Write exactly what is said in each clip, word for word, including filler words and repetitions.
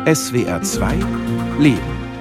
S W R zwei Leben.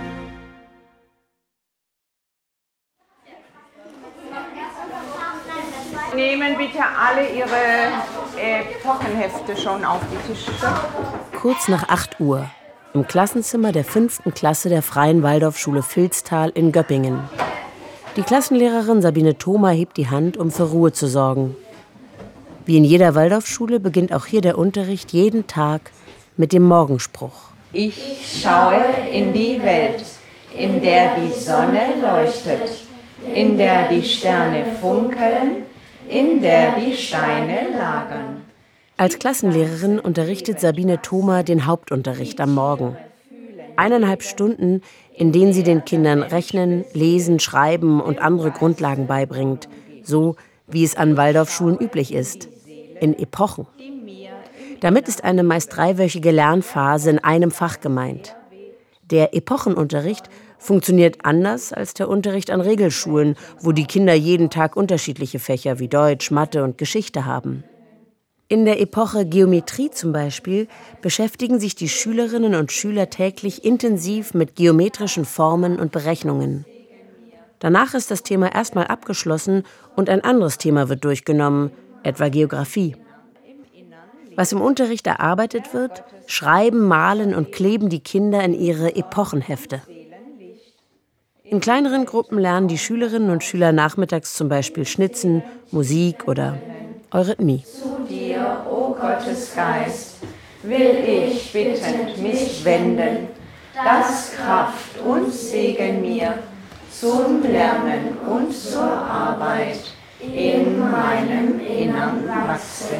Nehmen bitte alle Ihre Epochenhefte schon auf die Tische. Kurz nach acht Uhr. Im Klassenzimmer der fünften Klasse der Freien Waldorfschule Vilstal in Göppingen. Die Klassenlehrerin Sabine Thoma hebt die Hand, um für Ruhe zu sorgen. Wie in jeder Waldorfschule beginnt auch hier der Unterricht jeden Tag mit dem Morgenspruch. Ich schaue in die Welt, in der die Sonne leuchtet, in der die Sterne funkeln, in der die Steine lagern. Als Klassenlehrerin unterrichtet Sabine Thoma den Hauptunterricht am Morgen. Eineinhalb Stunden, in denen sie den Kindern Rechnen, Lesen, Schreiben und andere Grundlagen beibringt. So, wie es an Waldorfschulen üblich ist. In Epochen. Damit ist eine meist dreiwöchige Lernphase in einem Fach gemeint. Der Epochenunterricht funktioniert anders als der Unterricht an Regelschulen, wo die Kinder jeden Tag unterschiedliche Fächer wie Deutsch, Mathe und Geschichte haben. In der Epoche Geometrie zum Beispiel beschäftigen sich die Schülerinnen und Schüler täglich intensiv mit geometrischen Formen und Berechnungen. Danach ist das Thema erstmal abgeschlossen und ein anderes Thema wird durchgenommen, etwa Geografie. Was im Unterricht erarbeitet wird, schreiben, malen und kleben die Kinder in ihre Epochenhefte. In kleineren Gruppen lernen die Schülerinnen und Schüler nachmittags zum Beispiel Schnitzen, Musik oder Eurythmie. Zu dir, o Gottes Geist, will ich bittend mich wenden, dass Kraft und Segen mir zum Lernen und zur Arbeit in meinem Innern wachse.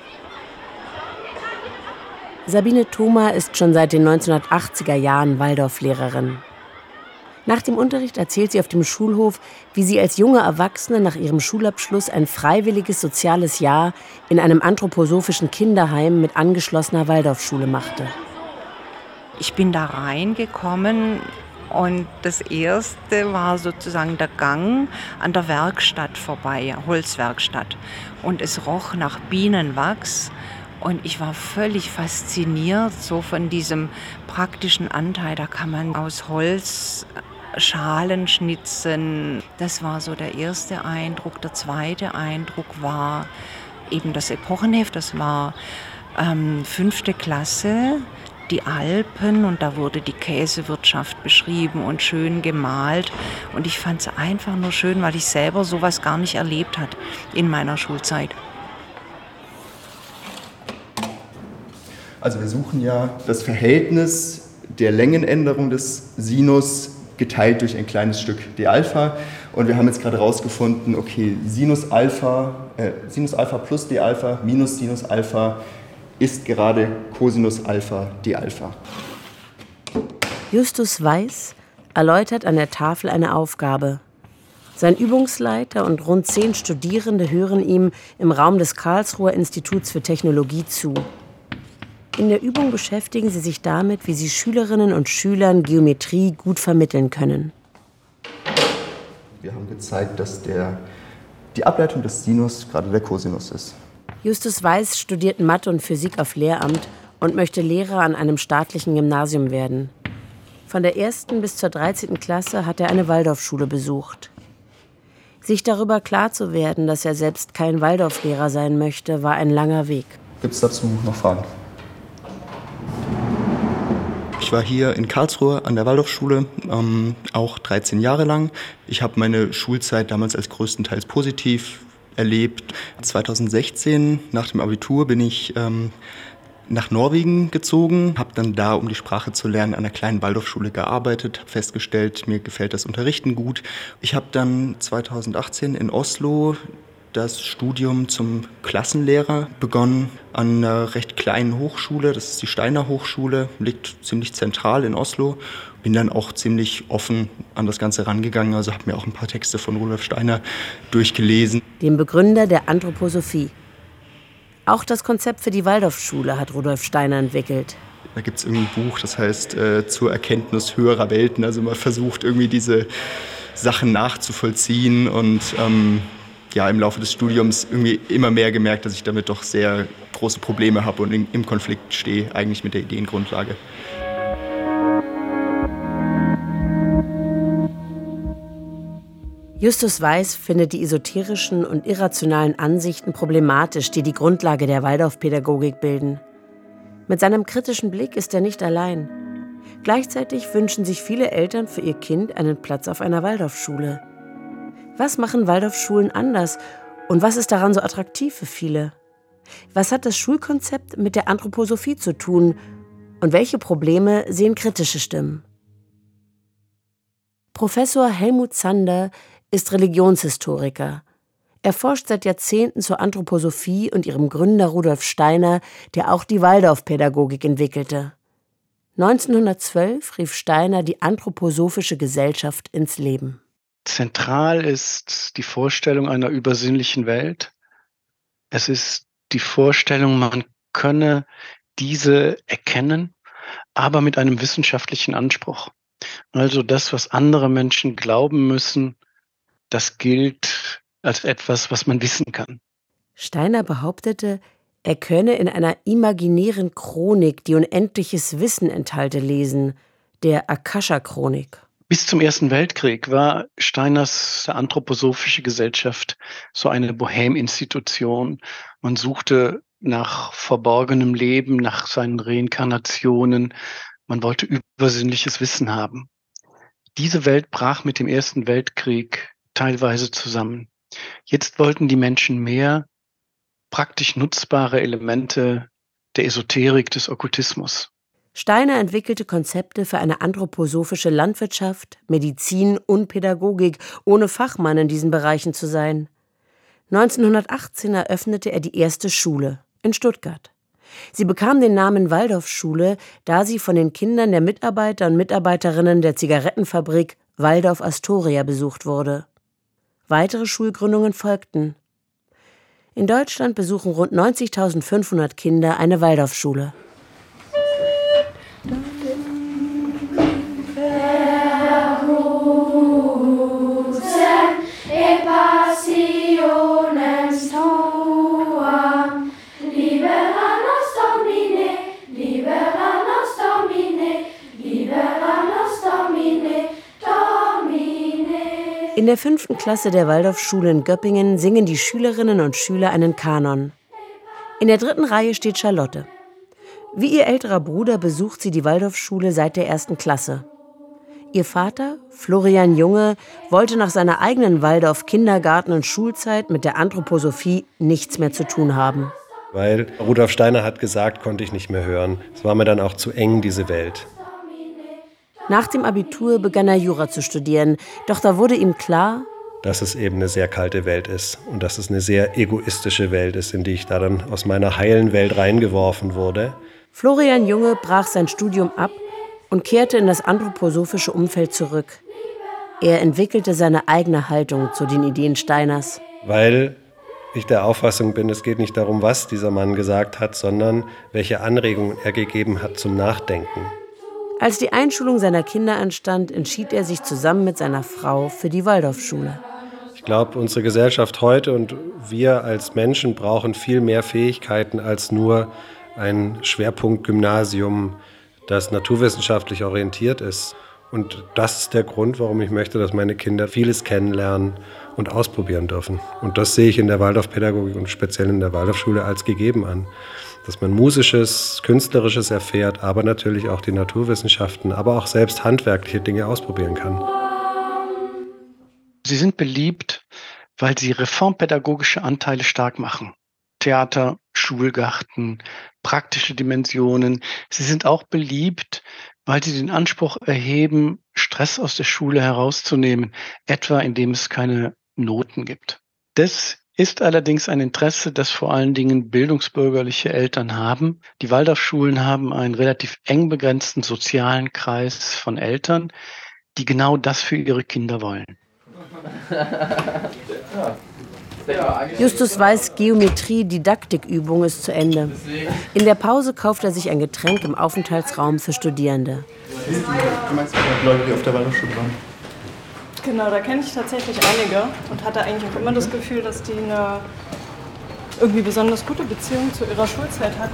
Sabine Thoma ist schon seit den neunzehnhundertachtziger Jahren Waldorflehrerin. Nach dem Unterricht erzählt sie auf dem Schulhof, wie sie als junge Erwachsene nach ihrem Schulabschluss ein freiwilliges soziales Jahr in einem anthroposophischen Kinderheim mit angeschlossener Waldorfschule machte. Ich bin da reingekommen und das erste war sozusagen der Gang an der Werkstatt vorbei, Holzwerkstatt. Und es roch nach Bienenwachs. Und ich war völlig fasziniert so von diesem praktischen Anteil. Da kann man aus Holz Schalen schnitzen. Das war so der erste Eindruck. Der zweite Eindruck war eben das Epochenheft. Das war ähm, fünfte Klasse, die Alpen. Und da wurde die Käsewirtschaft beschrieben und schön gemalt. Und ich fand es einfach nur schön, weil ich selber sowas gar nicht erlebt habe in meiner Schulzeit. Also wir suchen ja das Verhältnis der Längenänderung des Sinus geteilt durch ein kleines Stück d-Alpha. Und wir haben jetzt gerade herausgefunden, okay, Sinus Alpha, äh, Sinus Alpha plus d-Alpha minus Sinus Alpha ist gerade Cosinus Alpha d-Alpha. Justus Weiß erläutert an der Tafel eine Aufgabe. Sein Übungsleiter und rund zehn Studierende hören ihm im Raum des Karlsruher Instituts für Technologie zu. In der Übung beschäftigen sie sich damit, wie sie Schülerinnen und Schülern Geometrie gut vermitteln können. Wir haben gezeigt, dass der, die Ableitung des Sinus gerade der Cosinus ist. Justus Weiß studiert Mathe und Physik auf Lehramt und möchte Lehrer an einem staatlichen Gymnasium werden. Von der ersten bis zur dreizehnten Klasse hat er eine Waldorfschule besucht. Sich darüber klar zu werden, dass er selbst kein Waldorflehrer sein möchte, war ein langer Weg. Gibt es dazu noch Fragen? Ich war hier in Karlsruhe an der Waldorfschule, ähm, auch dreizehn Jahre lang. Ich habe meine Schulzeit damals als größtenteils positiv erlebt. zweitausendsechzehn, nach dem Abitur, bin ich ähm, nach Norwegen gezogen, habe dann da, um die Sprache zu lernen, an einer kleinen Waldorfschule gearbeitet, habe festgestellt, mir gefällt das Unterrichten gut. Ich habe dann zweitausendachtzehn in Oslo das Studium zum Klassenlehrer begonnen an einer recht kleinen Hochschule. Das ist die Steiner Hochschule, liegt ziemlich zentral in Oslo. Bin dann auch ziemlich offen an das Ganze rangegangen, also habe mir auch ein paar Texte von Rudolf Steiner durchgelesen. Dem Begründer der Anthroposophie. Auch das Konzept für die Waldorfschule hat Rudolf Steiner entwickelt. Da gibt es irgendwie ein Buch, das heißt äh, zur Erkenntnis höherer Welten. Also man versucht irgendwie diese Sachen nachzuvollziehen und ähm, ja, im Laufe des Studiums irgendwie immer mehr gemerkt, dass ich damit doch sehr große Probleme habe und in, im Konflikt stehe eigentlich mit der Ideengrundlage. Justus Weiß findet die esoterischen und irrationalen Ansichten problematisch, die die Grundlage der Waldorfpädagogik bilden. Mit seinem kritischen Blick ist er nicht allein. Gleichzeitig wünschen sich viele Eltern für ihr Kind einen Platz auf einer Waldorfschule. Was machen Waldorfschulen anders und was ist daran so attraktiv für viele? Was hat das Schulkonzept mit der Anthroposophie zu tun und welche Probleme sehen kritische Stimmen? Professor Helmut Zander ist Religionshistoriker. Er forscht seit Jahrzehnten zur Anthroposophie und ihrem Gründer Rudolf Steiner, der auch die Waldorfpädagogik entwickelte. neunzehnhundertzwölf rief Steiner die Anthroposophische Gesellschaft ins Leben. Zentral ist die Vorstellung einer übersinnlichen Welt. Es ist die Vorstellung, man könne diese erkennen, aber mit einem wissenschaftlichen Anspruch. Also das, was andere Menschen glauben müssen, das gilt als etwas, was man wissen kann. Steiner behauptete, er könne in einer imaginären Chronik, die unendliches Wissen enthalte, lesen, der Akasha-Chronik. Bis zum Ersten Weltkrieg war Steiners Anthroposophische Gesellschaft so eine Bohème-Institution. Man suchte nach verborgenem Leben, nach seinen Reinkarnationen. Man wollte übersinnliches Wissen haben. Diese Welt brach mit dem Ersten Weltkrieg teilweise zusammen. Jetzt wollten die Menschen mehr praktisch nutzbare Elemente der Esoterik, des Okkultismus. Steiner entwickelte Konzepte für eine anthroposophische Landwirtschaft, Medizin und Pädagogik, ohne Fachmann in diesen Bereichen zu sein. neunzehnhundertachtzehn eröffnete er die erste Schule in Stuttgart. Sie bekam den Namen Waldorfschule, da sie von den Kindern der Mitarbeiter und Mitarbeiterinnen der Zigarettenfabrik Waldorf Astoria besucht wurde. Weitere Schulgründungen folgten. In Deutschland besuchen rund neunzigtausendfünfhundert Kinder eine Waldorfschule. In der fünften Klasse der Waldorfschule in Göppingen singen die Schülerinnen und Schüler einen Kanon. In der dritten Reihe steht Charlotte. Wie ihr älterer Bruder besucht sie die Waldorfschule seit der ersten Klasse. Ihr Vater, Florian Junge, wollte nach seiner eigenen Waldorf-Kindergarten- und Schulzeit mit der Anthroposophie nichts mehr zu tun haben. Weil Rudolf Steiner hat gesagt, konnte ich nicht mehr hören. Es war mir dann auch zu eng, diese Welt. Nach dem Abitur begann er Jura zu studieren, doch da wurde ihm klar, dass es eben eine sehr kalte Welt ist und dass es eine sehr egoistische Welt ist, in die ich da dann aus meiner heilen Welt reingeworfen wurde. Florian Junge brach sein Studium ab und kehrte in das anthroposophische Umfeld zurück. Er entwickelte seine eigene Haltung zu den Ideen Steiners. Weil ich der Auffassung bin, es geht nicht darum, was dieser Mann gesagt hat, sondern welche Anregungen er gegeben hat zum Nachdenken. Als die Einschulung seiner Kinder anstand, entschied er sich zusammen mit seiner Frau für die Waldorfschule. Ich glaube, unsere Gesellschaft heute und wir als Menschen brauchen viel mehr Fähigkeiten als nur ein Schwerpunkt-Gymnasium, das naturwissenschaftlich orientiert ist. Und das ist der Grund, warum ich möchte, dass meine Kinder vieles kennenlernen und ausprobieren dürfen. Und das sehe ich in der Waldorfpädagogik und speziell in der Waldorfschule als gegeben an. Dass man Musisches, Künstlerisches erfährt, aber natürlich auch die Naturwissenschaften, aber auch selbst handwerkliche Dinge ausprobieren kann. Sie sind beliebt, weil sie reformpädagogische Anteile stark machen. Theater, Schulgarten, praktische Dimensionen. Sie sind auch beliebt, weil sie den Anspruch erheben, Stress aus der Schule herauszunehmen, etwa indem es keine Noten gibt. Das ist allerdings ein Interesse, das vor allen Dingen bildungsbürgerliche Eltern haben. Die Waldorfschulen haben einen relativ eng begrenzten sozialen Kreis von Eltern, die genau das für ihre Kinder wollen. Justus Weiß' Geometrie-Didaktikübung ist zu Ende. In der Pause kauft er sich ein Getränk im Aufenthaltsraum für Studierende. Du meinst Leute, die auf der Waldorfschule waren? Genau, da kenne ich tatsächlich einige und hatte eigentlich auch immer das Gefühl, dass die eine irgendwie besonders gute Beziehung zu ihrer Schulzeit hatten.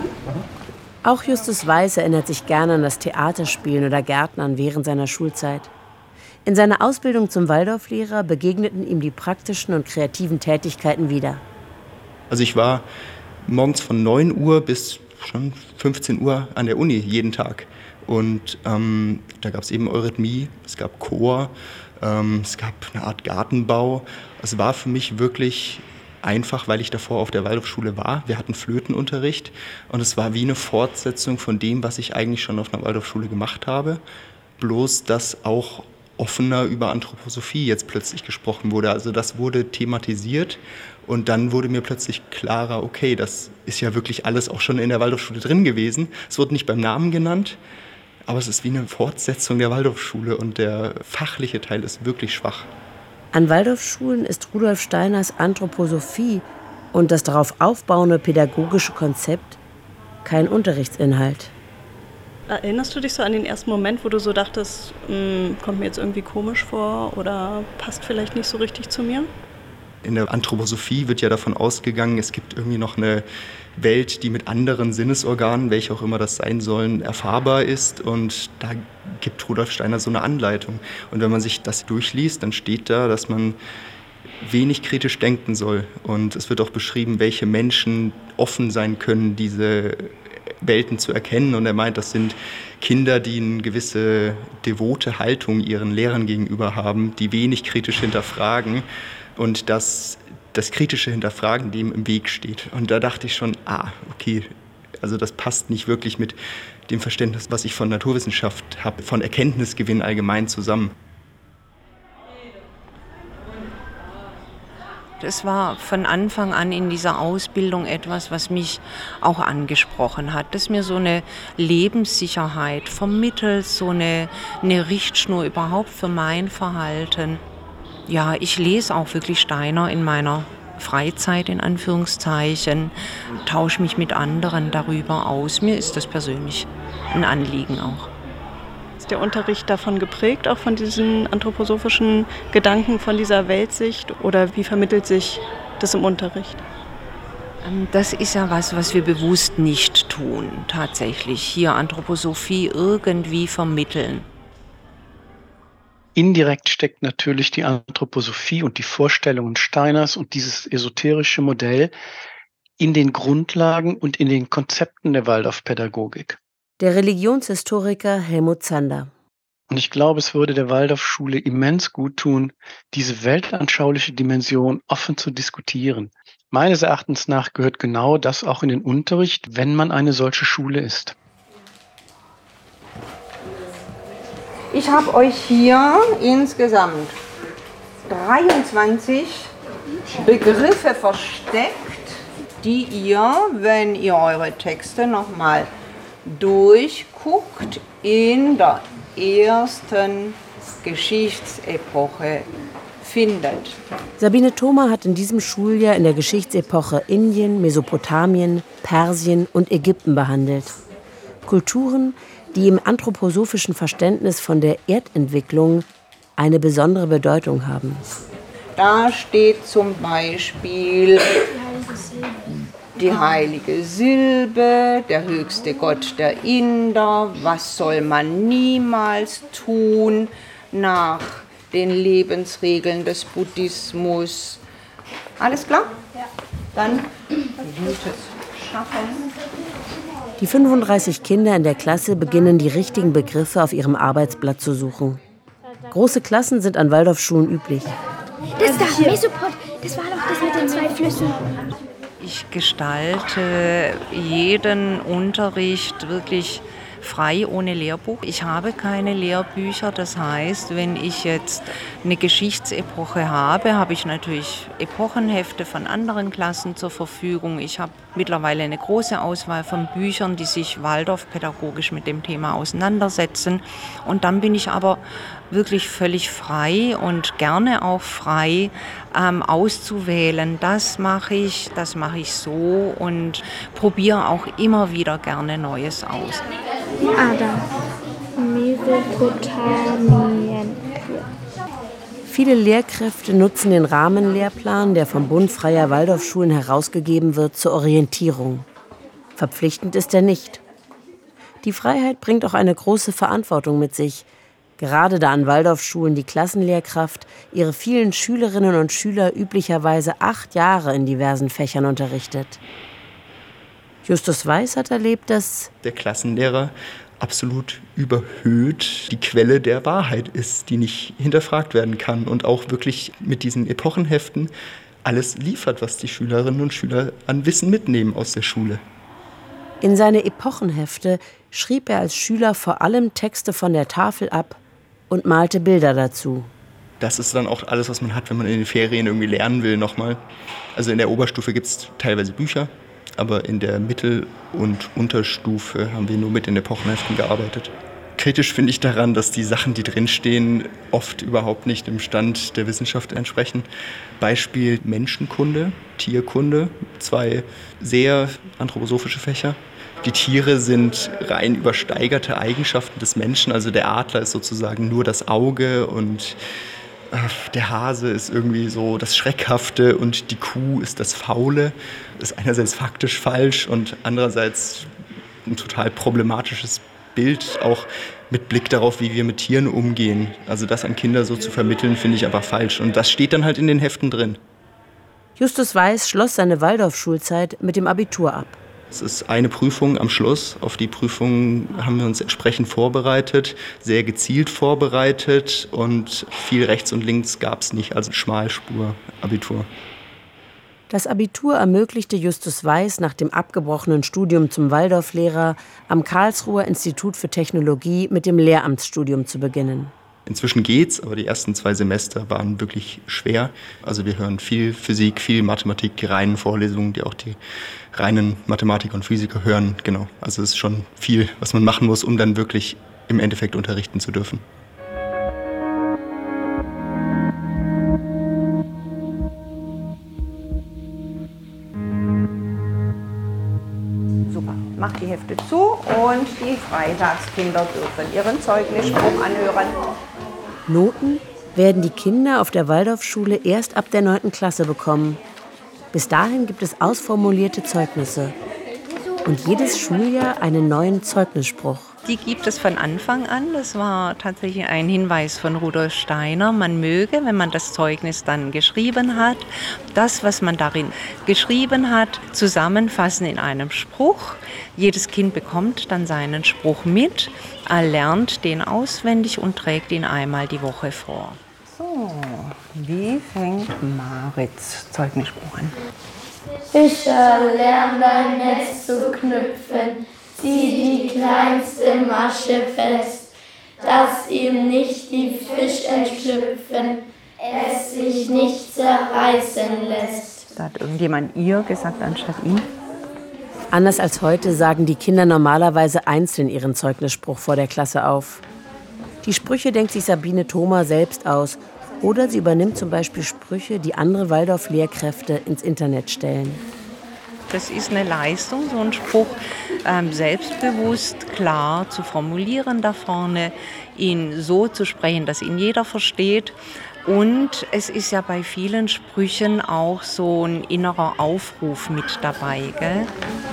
Auch Justus Weiß erinnert sich gerne an das Theaterspielen oder Gärtnern während seiner Schulzeit. In seiner Ausbildung zum Waldorflehrer begegneten ihm die praktischen und kreativen Tätigkeiten wieder. Also ich war morgens von neun Uhr bis schon fünfzehn Uhr an der Uni jeden Tag. Und ähm, da gab es eben Eurythmie, es gab Chor, ähm, es gab eine Art Gartenbau. Es war für mich wirklich einfach, weil ich davor auf der Waldorfschule war. Wir hatten Flötenunterricht und es war wie eine Fortsetzung von dem, was ich eigentlich schon auf einer Waldorfschule gemacht habe. Bloß, dass auch offener über Anthroposophie jetzt plötzlich gesprochen wurde. Also das wurde thematisiert und dann wurde mir plötzlich klarer, okay, das ist ja wirklich alles auch schon in der Waldorfschule drin gewesen. Es wurde nicht beim Namen genannt, aber es ist wie eine Fortsetzung der Waldorfschule und der fachliche Teil ist wirklich schwach. An Waldorfschulen ist Rudolf Steiners Anthroposophie und das darauf aufbauende pädagogische Konzept kein Unterrichtsinhalt. Erinnerst du dich so an den ersten Moment, wo du so dachtest, kommt mir jetzt irgendwie komisch vor oder passt vielleicht nicht so richtig zu mir? In der Anthroposophie wird ja davon ausgegangen, es gibt irgendwie noch eine Welt, die mit anderen Sinnesorganen, welche auch immer das sein sollen, erfahrbar ist. Und da gibt Rudolf Steiner so eine Anleitung. Und wenn man sich das durchliest, dann steht da, dass man wenig kritisch denken soll. Und es wird auch beschrieben, welche Menschen offen sein können, diese Welten zu erkennen. Und er meint, das sind Kinder, die eine gewisse devote Haltung ihren Lehrern gegenüber haben, die wenig kritisch hinterfragen und dass das kritische Hinterfragen dem im Weg steht. Und da dachte ich schon, ah, okay, also das passt nicht wirklich mit dem Verständnis, was ich von Naturwissenschaft habe, von Erkenntnisgewinn allgemein zusammen. Das war von Anfang an in dieser Ausbildung etwas, was mich auch angesprochen hat, dass mir so eine Lebenssicherheit vermittelt, so eine, eine Richtschnur überhaupt für mein Verhalten. Ja, ich lese auch wirklich Steiner in meiner Freizeit, in Anführungszeichen, tausche mich mit anderen darüber aus. Mir ist das persönlich ein Anliegen auch. Ist der Unterricht davon geprägt, auch von diesen anthroposophischen Gedanken, von dieser Weltsicht? Oder wie vermittelt sich das im Unterricht? Das ist ja was, was wir bewusst nicht tun, tatsächlich. Hier Anthroposophie irgendwie vermitteln. Indirekt steckt natürlich die Anthroposophie und die Vorstellungen Steiners und dieses esoterische Modell in den Grundlagen und in den Konzepten der Waldorfpädagogik. Der Religionshistoriker Helmut Zander. Und ich glaube, es würde der Waldorfschule immens gut tun, diese weltanschauliche Dimension offen zu diskutieren. Meines Erachtens nach gehört genau das auch in den Unterricht, wenn man eine solche Schule ist. Ich habe euch hier insgesamt dreiundzwanzig Begriffe versteckt, die ihr, wenn ihr eure Texte nochmal durchguckt, in der ersten Geschichtsepoche findet. Sabine Thoma hat in diesem Schuljahr in der Geschichtsepoche Indien, Mesopotamien, Persien und Ägypten behandelt. Kulturen, die im anthroposophischen Verständnis von der Erdentwicklung eine besondere Bedeutung haben. Da steht zum Beispiel die heilige Silbe, der höchste Gott der Inder, was soll man niemals tun nach den Lebensregeln des Buddhismus. Alles klar? Ja. Dann gutes Schaffen. Die fünfunddreißig Kinder in der Klasse beginnen, die richtigen Begriffe auf ihrem Arbeitsblatt zu suchen. Große Klassen sind an Waldorfschulen üblich. Das da, Mesopot, das war doch das mit den zwei Flüssen. Ich gestalte jeden Unterricht wirklich frei ohne Lehrbuch. Ich habe keine Lehrbücher, das heißt, wenn ich jetzt eine Geschichtsepoche habe, habe ich natürlich Epochenhefte von anderen Klassen zur Verfügung. Ich habe mittlerweile eine große Auswahl von Büchern, die sich waldorfpädagogisch mit dem Thema auseinandersetzen. Und dann bin ich aber wirklich völlig frei und gerne auch frei ähm, auszuwählen. Das mache ich, das mache ich so und probiere auch immer wieder gerne Neues aus. Adam, Mesopotamien. Viele Lehrkräfte nutzen den Rahmenlehrplan, der vom Bund Freier Waldorfschulen herausgegeben wird, zur Orientierung. Verpflichtend ist er nicht. Die Freiheit bringt auch eine große Verantwortung mit sich. Gerade da an Waldorfschulen die Klassenlehrkraft ihre vielen Schülerinnen und Schüler üblicherweise acht Jahre in diversen Fächern unterrichtet. Justus Weiß hat erlebt, dass der Klassenlehrer absolut überhöht die Quelle der Wahrheit ist, die nicht hinterfragt werden kann und auch wirklich mit diesen Epochenheften alles liefert, was die Schülerinnen und Schüler an Wissen mitnehmen aus der Schule. In seine Epochenhefte schrieb er als Schüler vor allem Texte von der Tafel ab und malte Bilder dazu. Das ist dann auch alles, was man hat, wenn man in den Ferien irgendwie lernen will nochmal. Also in der Oberstufe gibt es teilweise Bücher, aber in der Mittel- und Unterstufe haben wir nur mit den Epochenheften gearbeitet. Kritisch finde ich daran, dass die Sachen, die drinstehen, oft überhaupt nicht dem Stand der Wissenschaft entsprechen. Beispiel Menschenkunde, Tierkunde, zwei sehr anthroposophische Fächer. Die Tiere sind rein übersteigerte Eigenschaften des Menschen. Also der Adler ist sozusagen nur das Auge und äh, der Hase ist irgendwie so das Schreckhafte und die Kuh ist das Faule. Das ist einerseits faktisch falsch und andererseits ein total problematisches Bild, auch mit Blick darauf, wie wir mit Tieren umgehen. Also das an Kinder so zu vermitteln, finde ich einfach falsch. Und das steht dann halt in den Heften drin. Justus Weiß schloss seine Waldorfschulzeit mit dem Abitur ab. Es ist eine Prüfung am Schluss. Auf die Prüfung haben wir uns entsprechend vorbereitet, sehr gezielt vorbereitet und viel rechts und links gab es nicht, also Schmalspur-Abitur. Das Abitur ermöglichte Justus Weiß nach dem abgebrochenen Studium zum Waldorflehrer am Karlsruher Institut für Technologie mit dem Lehramtsstudium zu beginnen. Inzwischen geht's, aber die ersten zwei Semester waren wirklich schwer. Also wir hören viel Physik, viel Mathematik, die reinen Vorlesungen, die auch die reinen Mathematiker und Physiker hören. Genau. Also es ist schon viel, was man machen muss, um dann wirklich im Endeffekt unterrichten zu dürfen. Super, mach die Hefte zu und die Freitagskinder dürfen ihren Zeugnisspruch anhören. Noten werden die Kinder auf der Waldorfschule erst ab der neunten Klasse bekommen. Bis dahin gibt es ausformulierte Zeugnisse. Und jedes Schuljahr einen neuen Zeugnisspruch. Die gibt es von Anfang an. Das war tatsächlich ein Hinweis von Rudolf Steiner. Man möge, wenn man das Zeugnis dann geschrieben hat, das, was man darin geschrieben hat, zusammenfassen in einem Spruch. Jedes Kind bekommt dann seinen Spruch mit, lernt den auswendig und trägt ihn einmal die Woche vor. So, wie fängt Marits Zeugnisspruch an? Fischer, lern dein Netz zu knüpfen, zieh die kleinste Masche fest, dass ihm nicht die Fisch entschlüpfen, es sich nicht zerreißen lässt. Da hat irgendjemand ihr gesagt anstatt ihm. Anders als heute sagen die Kinder normalerweise einzeln ihren Zeugnisspruch vor der Klasse auf. Die Sprüche denkt sich Sabine Thoma selbst aus. Oder sie übernimmt zum Beispiel Sprüche, die andere Waldorf-Lehrkräfte ins Internet stellen. Das ist eine Leistung, so einen Spruch ähm, selbstbewusst, klar zu formulieren da vorne, ihn so zu sprechen, dass ihn jeder versteht. Und es ist ja bei vielen Sprüchen auch so ein innerer Aufruf mit dabei, gell?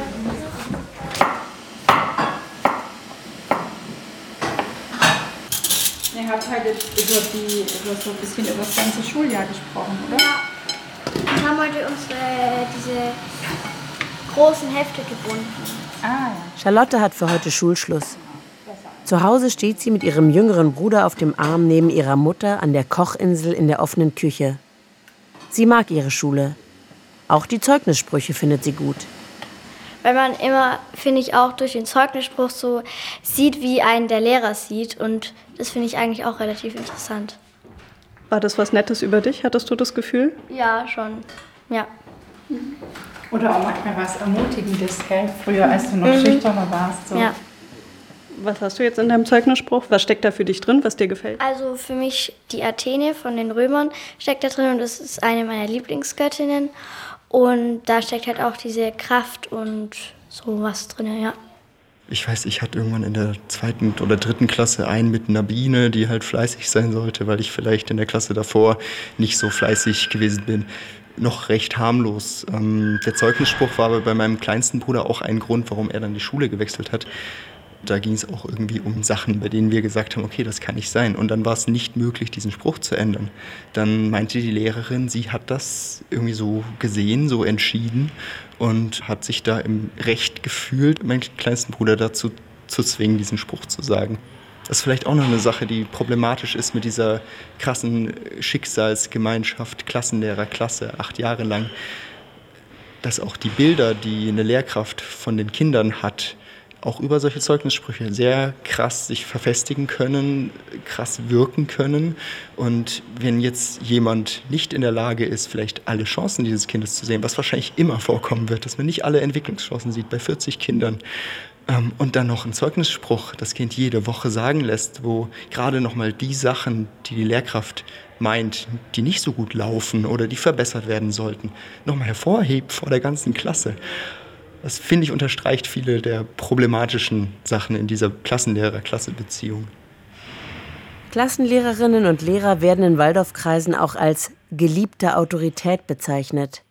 Ihr habt heute über, die, über so ein bisschen über das ganze Schuljahr gesprochen, oder? Ja. Wir haben heute unsere, diese großen Hefte gebunden. Ah, ja. Charlotte hat für heute Schulschluss. Zu Hause steht sie mit ihrem jüngeren Bruder auf dem Arm neben ihrer Mutter an der Kochinsel in der offenen Küche. Sie mag ihre Schule. Auch die Zeugnissprüche findet sie gut. Weil man immer, finde ich, auch durch den Zeugnisspruch so sieht, wie einen der Lehrer sieht. Und das finde ich eigentlich auch relativ interessant. War das was Nettes über dich? Hattest du das Gefühl? Ja, schon. Ja. Oder auch manchmal was Ermutigendes, gell? Früher, als du noch mhm. schüchterner warst. So. Ja. Was hast du jetzt in deinem Zeugnisspruch? Was steckt da für dich drin, was dir gefällt? Also für mich die Athene von den Römern steckt da drin und das ist eine meiner Lieblingsgöttinnen. Und da steckt halt auch diese Kraft und sowas drin, ja. Ich weiß, ich hatte irgendwann in der zweiten oder dritten Klasse einen mit einer Biene, die halt fleißig sein sollte, weil ich vielleicht in der Klasse davor nicht so fleißig gewesen bin. Noch recht harmlos. Ähm, der Zeugnisspruch war aber bei meinem kleinsten Bruder auch ein Grund, warum er dann die Schule gewechselt hat. Da ging es auch irgendwie um Sachen, bei denen wir gesagt haben, okay, das kann nicht sein. Und dann war es nicht möglich, diesen Spruch zu ändern. Dann meinte die Lehrerin, sie hat das irgendwie so gesehen, so entschieden und hat sich da im Recht gefühlt, meinen kleinsten Bruder dazu zu zwingen, diesen Spruch zu sagen. Das ist vielleicht auch noch eine Sache, die problematisch ist mit dieser krassen Schicksalsgemeinschaft, Klassenlehrer, Klasse, acht Jahre lang, dass auch die Bilder, die eine Lehrkraft von den Kindern hat, auch über solche Zeugnissprüche sehr krass sich verfestigen können, krass wirken können. Und wenn jetzt jemand nicht in der Lage ist, vielleicht alle Chancen dieses Kindes zu sehen, was wahrscheinlich immer vorkommen wird, dass man nicht alle Entwicklungschancen sieht bei vierzig Kindern, ähm, und dann noch einen Zeugnisspruch das Kind jede Woche sagen lässt, wo gerade nochmal die Sachen, die die Lehrkraft meint, die nicht so gut laufen oder die verbessert werden sollten, nochmal hervorhebt vor der ganzen Klasse. Das, finde ich, unterstreicht viele der problematischen Sachen in dieser Klassenlehrer-Klasse-Beziehung. Klassenlehrerinnen und Lehrer werden in Waldorfkreisen auch als geliebte Autorität bezeichnet.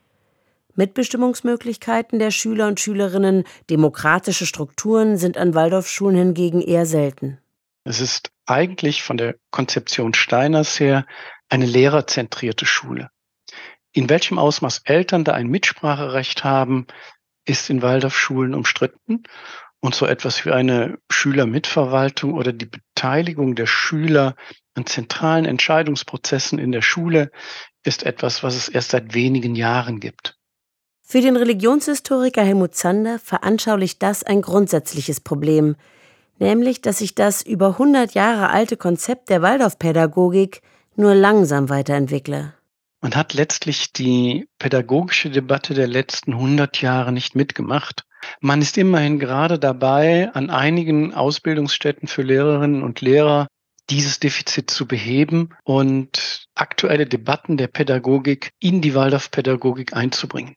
Mitbestimmungsmöglichkeiten der Schüler und Schülerinnen, demokratische Strukturen sind an Waldorfschulen hingegen eher selten. Es ist eigentlich von der Konzeption Steiners her eine lehrerzentrierte Schule. In welchem Ausmaß Eltern da ein Mitspracherecht haben, ist in Waldorfschulen umstritten. Und so etwas wie eine Schülermitverwaltung oder die Beteiligung der Schüler an zentralen Entscheidungsprozessen in der Schule ist etwas, was es erst seit wenigen Jahren gibt. Für den Religionshistoriker Helmut Zander veranschaulicht das ein grundsätzliches Problem, nämlich, dass sich das über hundert Jahre alte Konzept der Waldorfpädagogik nur langsam weiterentwickle. Man hat letztlich die pädagogische Debatte der letzten hundert Jahre nicht mitgemacht. Man ist immerhin gerade dabei, an einigen Ausbildungsstätten für Lehrerinnen und Lehrer dieses Defizit zu beheben und aktuelle Debatten der Pädagogik in die Waldorfpädagogik einzubringen.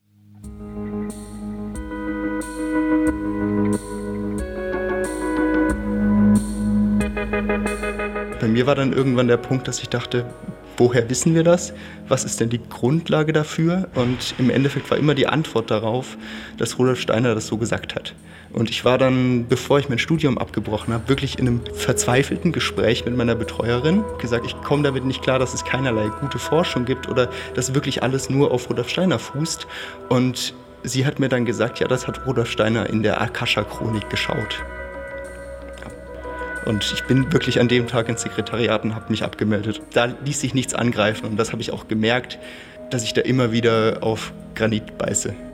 Bei mir war dann irgendwann der Punkt, dass ich dachte, woher wissen wir das? Was ist denn die Grundlage dafür? Und im Endeffekt war immer die Antwort darauf, dass Rudolf Steiner das so gesagt hat. Und ich war dann, bevor ich mein Studium abgebrochen habe, wirklich in einem verzweifelten Gespräch mit meiner Betreuerin gesagt, ich komme damit nicht klar, dass es keinerlei gute Forschung gibt oder dass wirklich alles nur auf Rudolf Steiner fußt. Und sie hat mir dann gesagt, ja, das hat Rudolf Steiner in der Akasha-Chronik geschaut. Und ich bin wirklich an dem Tag ins Sekretariat und habe mich abgemeldet. Da ließ sich nichts angreifen und das habe ich auch gemerkt, dass ich da immer wieder auf Granit beiße.